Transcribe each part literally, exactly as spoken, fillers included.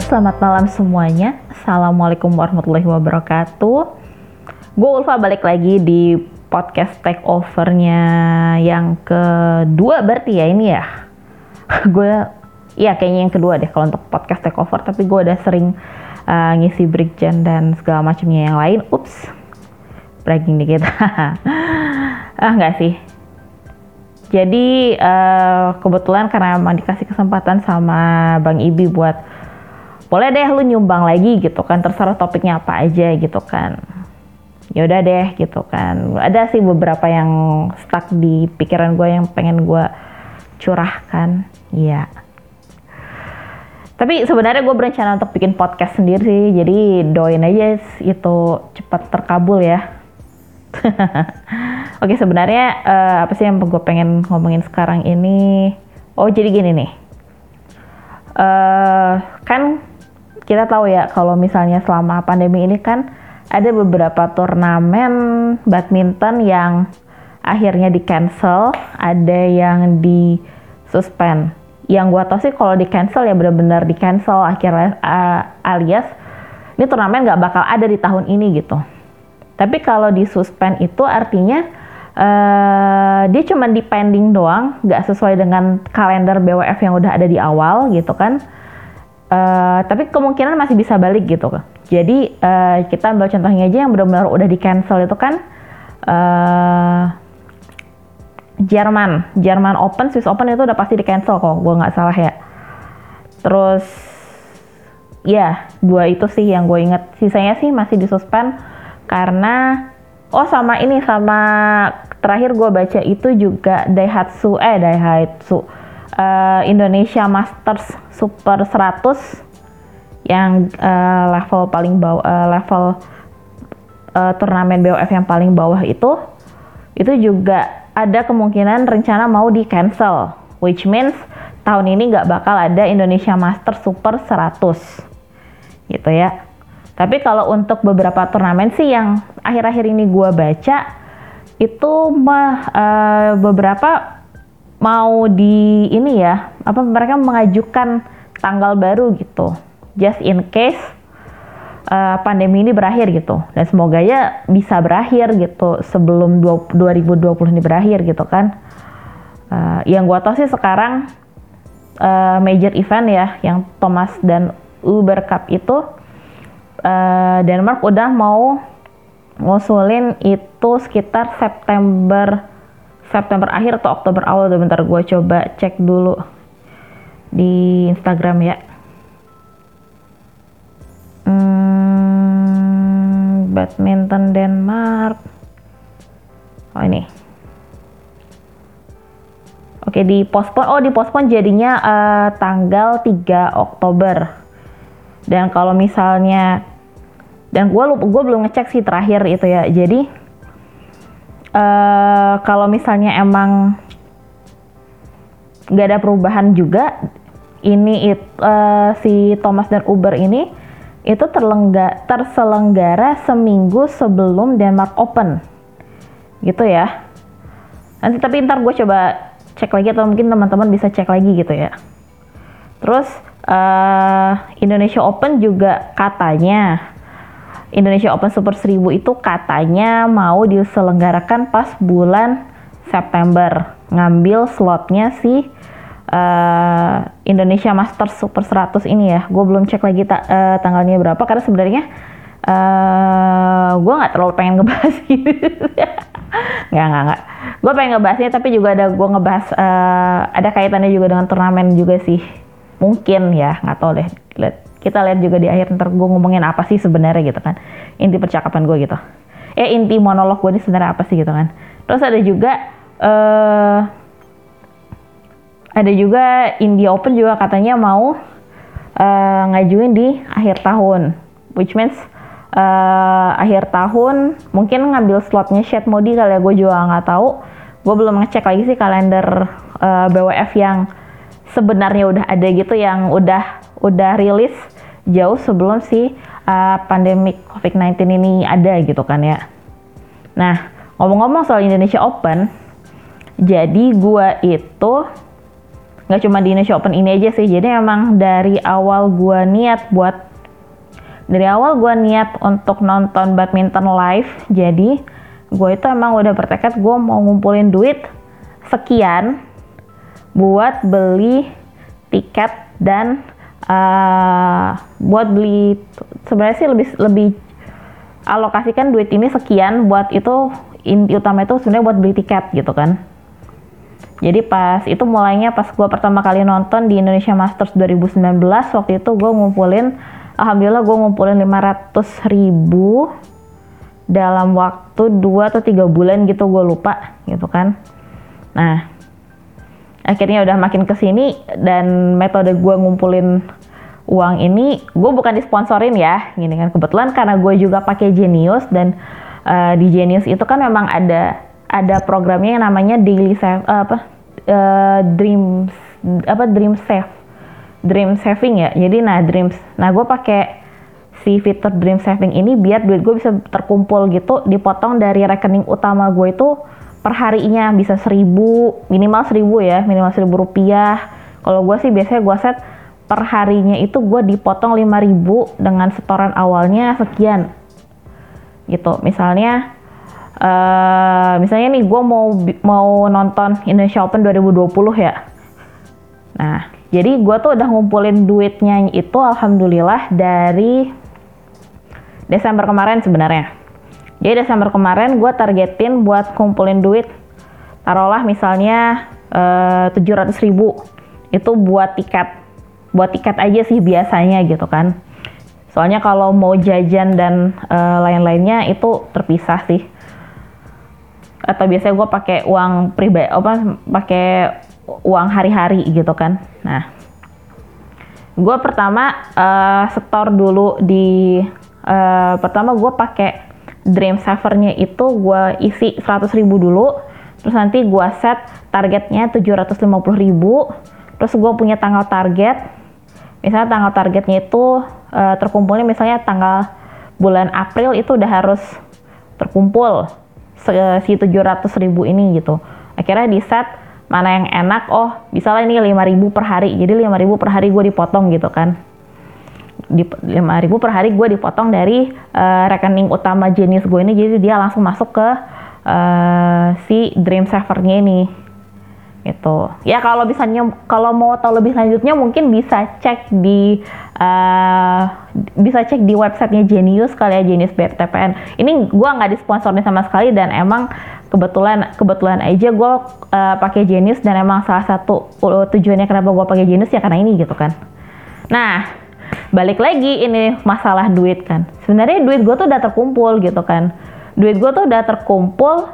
selamat malam semuanya. Assalamualaikum warahmatullahi wabarakatuh. Gue Ulfa balik lagi di podcast takeover-nya yang kedua berarti ya ini ya. Gue, iya kayaknya yang kedua deh kalau untuk podcast takeover. Tapi gue udah sering uh, ngisi breakdown dan segala macamnya yang lain. Ups, bragging dikit. ah nggak sih. Jadi uh, kebetulan karena emang dikasih kesempatan sama Bang Ibi buat boleh deh lu nyumbang lagi gitu kan, terserah topiknya apa aja gitu kan. Ya udah deh gitu kan. Ada sih beberapa yang stuck di pikiran gue yang pengen gue curahkan. Iya. Tapi sebenarnya gue berencana untuk bikin podcast sendiri sih. Jadi doain aja itu cepat terkabul ya. Oke, sebenarnya uh, apa sih yang gue pengen ngomongin sekarang ini? Oh, jadi gini nih. Uh, kan kita tahu ya kalau misalnya selama pandemi ini kan ada beberapa turnamen badminton yang akhirnya di cancel, ada yang di suspend. Yang gue tahu sih kalau di cancel ya benar-benar di cancel akhirnya uh, alias ini turnamen nggak bakal ada di tahun ini gitu. Tapi kalau di suspend itu artinya uh, dia cuma depending doang, nggak sesuai dengan kalender B W F yang udah ada di awal gitu kan. Uh, tapi kemungkinan masih bisa balik gitu. Jadi uh, kita ambil contohnya aja yang benar-benar udah di cancel itu kan uh, Jerman, Jerman Open, Swiss Open itu udah pasti di cancel kok, gue nggak salah ya. Terus ya dua itu sih yang gue inget. Sisanya sih masih disuspend karena oh sama ini sama terakhir gue baca itu juga Daihatsu eh Daihatsu Uh, Indonesia Masters Super seratus yang uh, level paling bawah uh, level uh, turnamen B W F yang paling bawah itu itu juga ada kemungkinan rencana mau di cancel, which means tahun ini nggak bakal ada Indonesia Masters Super seratus gitu ya. Tapi kalau untuk beberapa turnamen sih yang akhir-akhir ini gue baca itu mah uh, beberapa mau di ini ya, apa mereka mengajukan tanggal baru gitu, just in case uh, pandemi ini berakhir gitu, dan semoga ya bisa berakhir gitu sebelum dua ribu dua puluh ini berakhir gitu kan. Uh, yang gua tahu sih sekarang uh, major event ya, yang Thomas dan Uber Cup itu uh, Denmark udah mau ngusulin itu sekitar September September akhir atau Oktober awal. Bentar gue coba cek dulu di Instagram ya. Hmm, badminton Denmark. Oh ini. Oke, di postpone. Oh, di postpone jadinya uh, tanggal tiga Oktober. Dan kalau misalnya dan gue gue belum ngecek sih terakhir itu ya. Jadi Uh, kalau misalnya emang nggak ada perubahan juga, ini it, uh, si Thomas dan Uber ini itu terlengga, terselenggara seminggu sebelum Denmark Open, gitu ya. Nanti tapi ntar gue coba cek lagi atau mungkin teman-teman bisa cek lagi gitu ya. Terus uh, Indonesia Open juga katanya. Indonesia Open Super seribu itu katanya mau diselenggarakan pas bulan September, ngambil slotnya si uh, Indonesia Masters Super seratus ini ya. Gue belum cek lagi ta- uh, tanggalnya berapa karena sebenarnya uh, gue nggak terlalu pengen ngebahas gitu. nggak nggak nggak. Gue pengen ngebahasnya tapi juga ada gue ngebahas uh, ada kaitannya juga dengan turnamen juga sih. Mungkin ya, nggak tahu deh. Lihat. Kita lihat juga di akhir ntar gue ngomongin apa sih sebenarnya gitu kan, inti percakapan gue gitu, eh inti monolog gue ini sebenarnya apa sih gitu kan. Terus ada juga uh, ada juga India Open juga katanya mau uh, ngajuin di akhir tahun, which means uh, akhir tahun mungkin ngambil slotnya Shed Modi kali ya, gue juga nggak tahu. Gue belum ngecek lagi sih kalender uh, B W F yang sebenarnya udah ada gitu, yang udah udah rilis jauh sebelum si uh, pandemik covid sembilan belas ini ada gitu kan ya. Nah, ngomong-ngomong soal Indonesia Open, jadi gue itu nggak cuma di Indonesia Open ini aja sih. Jadi emang dari awal gue niat buat dari awal gue niat untuk nonton badminton live. Jadi gue itu emang udah bertekad gue mau ngumpulin duit sekian buat beli tiket dan uh, buat beli, sebenarnya sih lebih lebih alokasikan duit ini sekian buat itu, inti utama itu sebenarnya buat beli tiket gitu kan. Jadi pas itu mulainya pas gue pertama kali nonton di Indonesia Masters dua ribu sembilan belas, waktu itu gue ngumpulin, alhamdulillah gue ngumpulin lima ratus ribu dalam waktu dua atau tiga bulan gitu, gue lupa gitu kan. Nah akhirnya udah makin kesini, dan metode gue ngumpulin uang ini, gue bukan disponsorin ya gini kan, kebetulan karena gue juga pakai Genius, dan uh, di Genius itu kan memang ada ada programnya yang namanya daily save, uh, apa uh, dream apa dream save dream saving ya. Jadi nah dreams nah gue pakai si fitur dream saving ini biar duit gue bisa terkumpul gitu, dipotong dari rekening utama gue itu per harinya bisa seribu, minimal seribu ya, minimal seribu rupiah. Kalau gue sih biasanya gue set per harinya itu gue dipotong lima ribu dengan setoran awalnya sekian gitu. Misalnya Uh, misalnya nih gue mau mau nonton Indonesia Open dua ribu dua puluh ya. Nah, jadi gue tuh udah ngumpulin duitnya itu alhamdulillah dari Desember kemarin sebenarnya. Jadi Desember kemarin gue targetin buat kumpulin duit, taruhlah misalnya uh, tujuh ratus ribu. Itu buat tiket. Buat tiket aja sih biasanya gitu kan. Soalnya kalau mau jajan dan uh, lain-lainnya itu terpisah sih. Atau biasanya gue pakai uang pribadi, apa pakai uang hari-hari gitu kan. Nah, gue pertama uh, setor dulu di uh, pertama gue pakai Dream Saver-nya itu gue isi seratus ribu dulu, terus nanti gue set targetnya tujuh ratus lima puluh ribu, terus gue punya tanggal target. Misalnya tanggal targetnya itu uh, terkumpulnya misalnya tanggal bulan April itu udah harus terkumpul si tujuh ratus ribu ini gitu. Akhirnya di set mana yang enak, oh bisa lah ini lima ribu per hari, jadi lima ribu per hari gue dipotong gitu kan. Di, lima ribu per hari gue dipotong dari uh, rekening utama Genius gue ini, jadi dia langsung masuk ke uh, si Dream Saver-nya ini gitu. Ya kalau misalnya kalau mau tahu lebih lanjutnya mungkin bisa cek di uh, bisa cek di websitenya Genius kali ya, Genius B T P N. Ini gue nggak disponsorin sama sekali, dan emang kebetulan kebetulan aja gue uh, pakai Genius, dan emang salah satu uh, tujuannya kenapa gue pakai Genius ya karena ini gitu kan. Nah balik lagi ini masalah duit kan. Sebenarnya duit gue tuh udah terkumpul gitu kan. Duit gue tuh udah terkumpul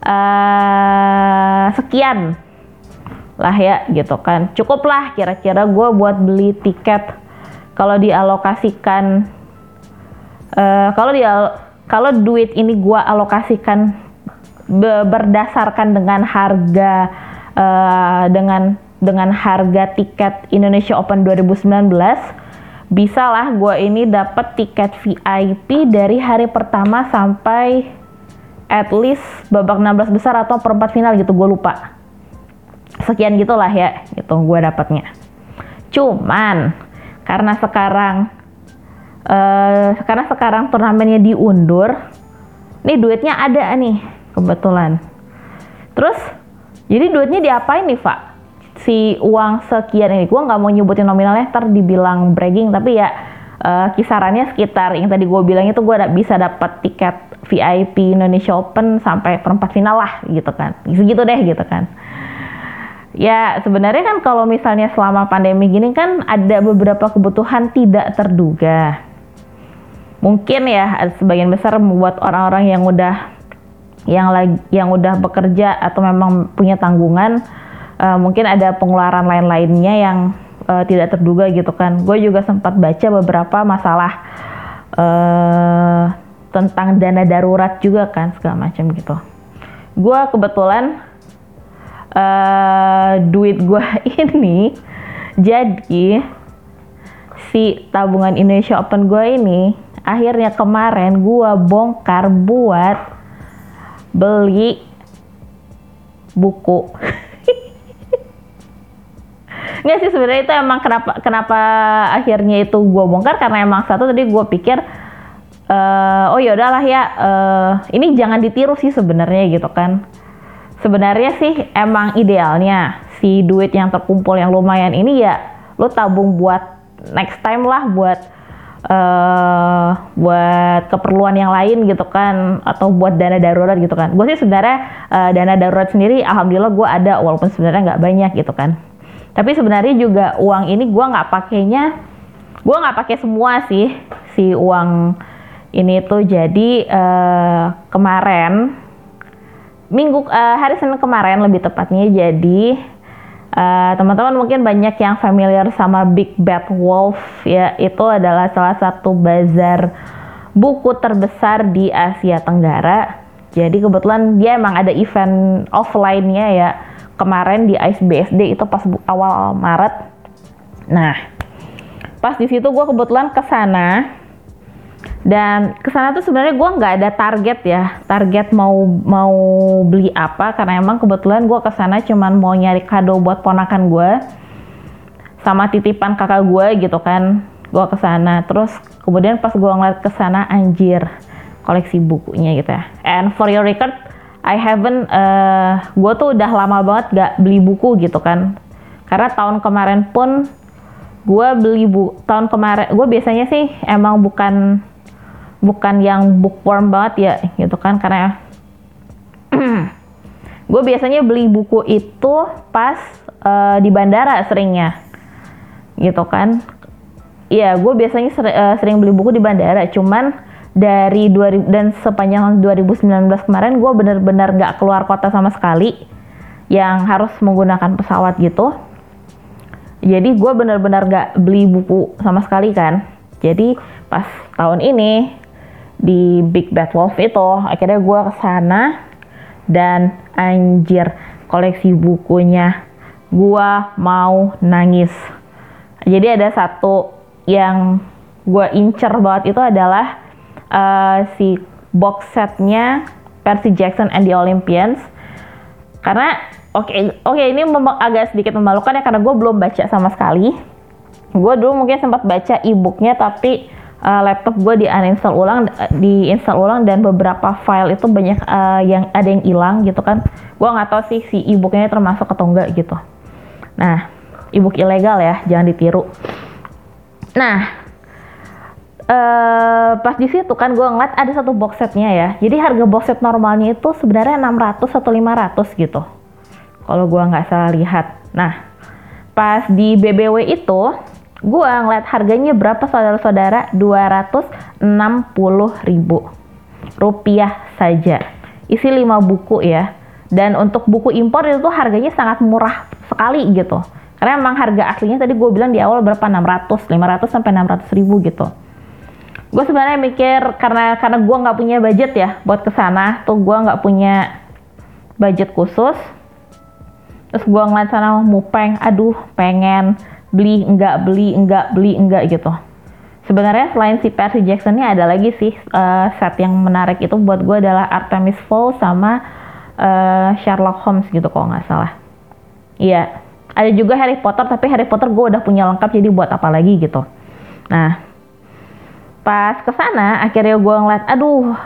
uh, sekian lah ya gitu kan, cukup lah kira-kira gue buat beli tiket. Kalau dialokasikan uh, kalau di kalau duit ini gue alokasikan be, berdasarkan dengan harga uh, dengan dengan harga tiket Indonesia Open dua ribu sembilan belas, bisa lah gue ini dapat tiket V I P dari hari pertama sampai at least babak enam belas besar atau perempat final gitu, gue lupa. Sekian gitulah ya, gitu gue dapatnya. Cuman karena sekarang uh, karena sekarang turnamennya diundur, nih duitnya ada nih kebetulan. Terus jadi duitnya diapain nih Pak? Si uang sekian ini, gue nggak mau nyebutin nominalnya, ntar dibilang bragging, tapi ya uh, kisarannya sekitar yang tadi gue bilang itu, gue bisa dapat tiket V I P Indonesia Open sampai perempat final lah gitu kan, segitu deh gitu kan. Ya sebenarnya kan kalau misalnya selama pandemi gini kan ada beberapa kebutuhan tidak terduga. Mungkin ya sebagian besar membuat orang-orang yang udah yang lagi yang udah bekerja atau memang punya tanggungan, uh, mungkin ada pengeluaran lain-lainnya yang uh, tidak terduga gitu kan. Gue juga sempat baca beberapa masalah uh, tentang dana darurat juga kan, segala macam gitu. Gue kebetulan Uh, duit gue ini jadi si tabungan Indonesia Open gue ini akhirnya kemarin gue bongkar buat beli buku. Nggak sih, sebenarnya itu emang kenapa kenapa akhirnya itu gue bongkar, karena emang satu tadi gue pikir uh, oh ya udahlah ya, uh, ini jangan ditiru sih sebenarnya gitu kan. Sebenarnya sih emang idealnya si duit yang terkumpul yang lumayan ini ya lo tabung buat next time lah, buat uh, buat keperluan yang lain gitu kan, atau buat dana darurat gitu kan. Gue sih sebenarnya uh, dana darurat sendiri alhamdulillah gue ada, walaupun sebenarnya nggak banyak gitu kan. Tapi sebenarnya juga uang ini gue nggak pakainya, gue nggak pakai semua sih si uang ini tuh. Jadi uh, kemarin minggu uh, hari Senin kemarin lebih tepatnya, jadi uh, teman-teman mungkin banyak yang familiar sama Big Bad Wolf ya. Itu adalah salah satu bazar buku terbesar di Asia Tenggara. Jadi kebetulan dia emang ada event offline-nya ya kemarin di I S B S D, itu pas awal Maret. Nah pas di situ gue kebetulan kesana. Dan kesana tuh sebenarnya gue nggak ada target ya, target mau mau beli apa, karena emang kebetulan gue kesana cuman mau nyari kado buat ponakan gue sama titipan kakak gue gitu kan. Gue kesana, terus kemudian pas gue ngeliat kesana, anjir koleksi bukunya gitu ya. And for your record, I haven't, uh, gue tuh udah lama banget gak beli buku gitu kan, karena tahun kemarin pun gue beli buku, tahun kemarin gue biasanya sih emang bukan bukan yang bookworm banget ya gitu kan, karena gue biasanya beli buku itu pas uh, di bandara seringnya gitu kan. Iya, gue biasanya ser, uh, sering beli buku di bandara, cuman dari dua ribu dan sepanjang dua ribu sembilan belas kemarin gue bener-bener gak keluar kota sama sekali, yang harus menggunakan pesawat gitu. Jadi gue bener-bener gak beli buku sama sekali kan. Jadi pas tahun ini di Big Bad Wolf itu akhirnya gue kesana, dan anjir koleksi bukunya gue mau nangis. Jadi ada satu yang gue incer banget, itu adalah uh, si box setnya Percy Jackson and the Olympians. Karena oke okay, oke okay, ini mem- agak sedikit memalukan ya, karena gue belum baca sama sekali. Gue dulu mungkin sempat baca e-booknya, tapi uh, laptop gue di uninstall ulang, di install ulang, dan beberapa file itu banyak uh, yang ada yang hilang gitu kan. Gue nggak tahu sih si e-booknya termasuk atau enggak gitu. Nah, e-book ilegal ya, jangan ditiru. Nah, uh, pas di situ kan gue ngeliat ada satu box setnya ya. Jadi harga box set normalnya itu sebenarnya enam ratus atau lima ratus gitu, kalau gue nggak salah lihat. Nah, pas di B B W itu gue ngeliat harganya berapa saudara-saudara, dua ratus enam puluh ribu rupiah saja. Isi lima buku ya. Dan untuk buku impor itu harganya sangat murah sekali gitu. Karena emang harga aslinya tadi gue bilang di awal berapa, enam ratus, lima ratus sampai enam ratus ribu gitu. Gue sebenarnya mikir karena karena gue nggak punya budget ya buat kesana, tuh gue nggak punya budget khusus. Terus gue ngeliat sana mupeng, aduh pengen beli enggak beli enggak beli enggak gitu. Sebenarnya selain si Percy Jackson ini ada lagi sih uh, set yang menarik itu buat gue adalah Artemis Fowl sama uh, Sherlock Holmes gitu kalau nggak salah. Iya, ada juga Harry Potter, tapi Harry Potter gue udah punya lengkap, jadi buat apa lagi gitu. Nah, pas kesana akhirnya gue ngeliat, aduh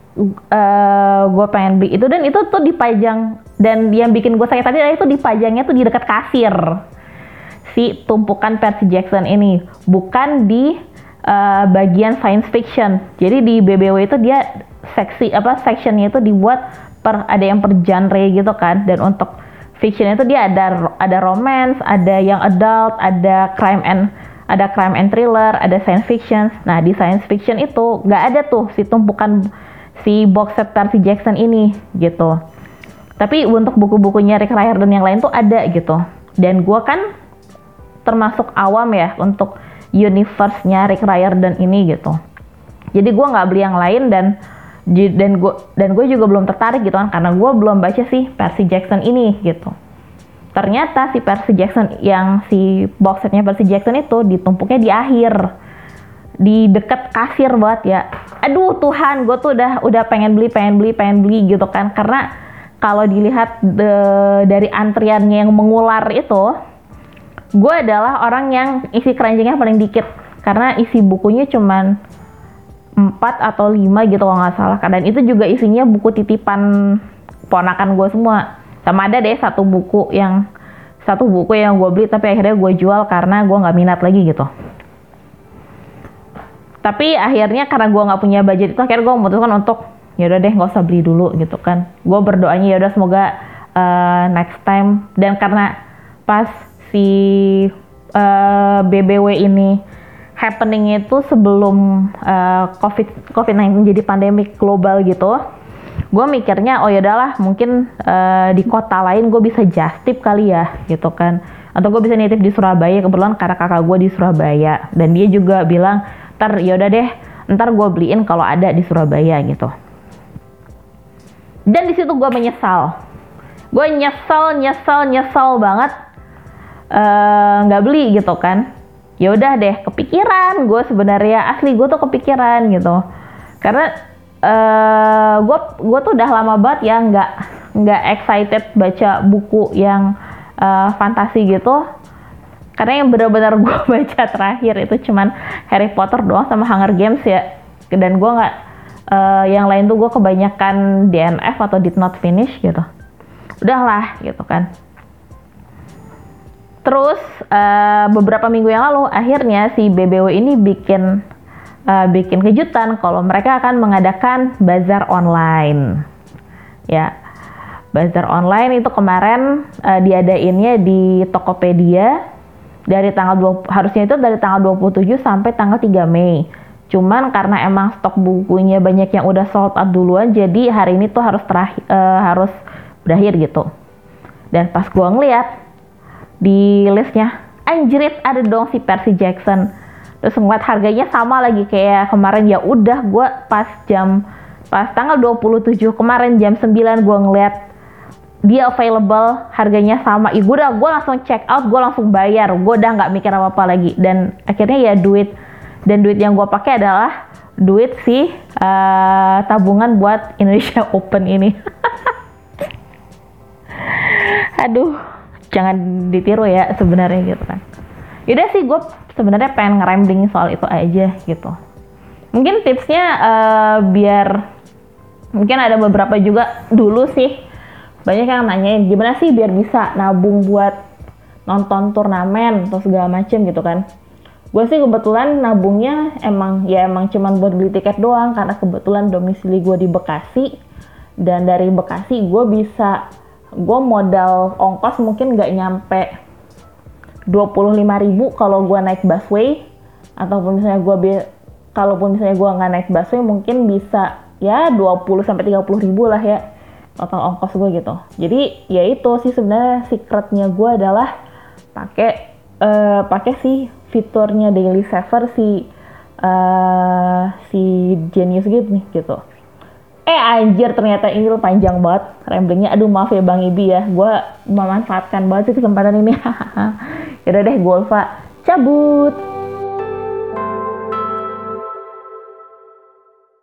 uh, gue pengen beli itu, dan itu tuh dipajang, dan yang bikin gue sakit hati adalah itu dipajangnya tuh di dekat kasir si tumpukan Percy Jackson ini, bukan di uh, bagian science fiction. Jadi di B B W itu dia seksi apa sectionnya itu dibuat per, ada yang per genre gitu kan, dan untuk fiction itu dia ada ada romance, ada yang adult, ada crime and ada crime and thriller, ada science fiction. Nah di science fiction itu nggak ada tuh si tumpukan si box set Percy Jackson ini gitu. Tapi untuk buku-bukunya Rick Riordan yang lain tuh ada gitu. Dan gue kan termasuk awam ya untuk universe-nya Rick Riordan ini gitu. Jadi gue nggak beli yang lain, dan dan gue dan gue juga belum tertarik gitu kan, karena gue belum baca sih Percy Jackson ini gitu. Ternyata si Percy Jackson yang si box setnya Percy Jackson itu ditumpuknya di akhir, di deket kasir banget ya. Aduh Tuhan, gue tuh udah udah pengen beli pengen beli pengen beli gitu kan, karena kalau dilihat de, dari antriannya yang mengular itu, gue adalah orang yang isi keranjangnya paling dikit karena isi bukunya cuman empat atau lima gitu kalau nggak salah. Dan itu juga isinya buku titipan ponakan gue semua. Sama ada deh satu buku yang satu buku yang gue beli tapi akhirnya gue jual karena gue nggak minat lagi gitu. Tapi akhirnya karena gue nggak punya budget itu, akhirnya gue memutuskan untuk ya udah deh nggak usah beli dulu gitu kan. Gue berdoanya ya udah semoga uh, next time. Dan karena pas si uh, B B W ini happening itu sebelum uh, COVID COVID sembilan belas jadi pandemik global gitu, gue mikirnya oh ya udahlah mungkin uh, di kota lain gue bisa just tip kali ya gitu kan, atau gue bisa nitip di Surabaya, kebetulan karena kakak gue di Surabaya dan dia juga bilang ntar yaudah deh ntar gue beliin kalau ada di Surabaya gitu. Dan di situ gue menyesal, gue nyesel nyesel nyesel banget nggak uh, beli gitu kan. Ya udah deh kepikiran gue sebenarnya, asli gue tuh kepikiran gitu karena gue uh, gue tuh udah lama banget ya nggak nggak excited baca buku yang uh, fantasi gitu. Karena yang benar-benar gue baca terakhir itu cuman Harry Potter doang sama Hunger Games ya. Dan gue nggak, uh, yang lain tuh gue kebanyakan D N F atau did not finish gitu. Udahlah gitu kan. Terus uh, beberapa minggu yang lalu akhirnya si B B W ini bikin uh, bikin kejutan kalau mereka akan mengadakan bazar online. Ya, bazar online itu kemarin uh, diadainnya di Tokopedia. Dari tanggal dua puluh, harusnya itu dari tanggal dua puluh tujuh sampai tanggal tiga Mei. Cuman karena emang stok bukunya banyak yang udah sold out duluan, jadi hari ini tuh harus terakhir, uh, harus berakhir gitu. Dan pas gua ngeliat di listnya, anjrit ada dong si Percy Jackson. Terus ngeliat harganya sama lagi kayak kemarin, ya udah gua pas jam pas tanggal dua puluh tujuh kemarin jam sembilan gua ngeliat dia available, harganya sama. Ih, gue udah, gue langsung check out, gue langsung bayar, gue udah nggak mikir apa apa lagi. Dan akhirnya ya duit, dan duit yang gue pakai adalah duit si uh, tabungan buat Indonesia Open ini. Aduh, jangan ditiru ya sebenarnya gitu kan. Yaudah sih, gue sebenarnya pengen ngerambling soal itu aja gitu. Mungkin tipsnya uh, biar, mungkin ada beberapa juga dulu sih. Banyak yang nanyain gimana sih biar bisa nabung buat nonton turnamen atau segala macem gitu kan. Gue sih kebetulan nabungnya emang ya emang cuman buat beli tiket doang karena kebetulan domisili gue di Bekasi, dan dari Bekasi gue bisa, gue modal ongkos mungkin nggak nyampe dua puluh lima ribu kalau gue naik busway, ataupun misalnya gue be- kalaupun misalnya gue nggak naik busway mungkin bisa ya dua puluh sampai tiga puluh ribu lah ya total ongkos gue gitu. Jadi ya itu sih sebenarnya secretnya gue adalah pakai uh, pakai si fiturnya Daily Saver si uh, si Genius gitu nih gitu. Eh anjir ternyata ini lo panjang banget ramblingnya. Aduh maaf ya Bang Ibi ya, gue memanfaatkan banget sih kesempatan ini. Yaudah deh, gue Ulfa cabut.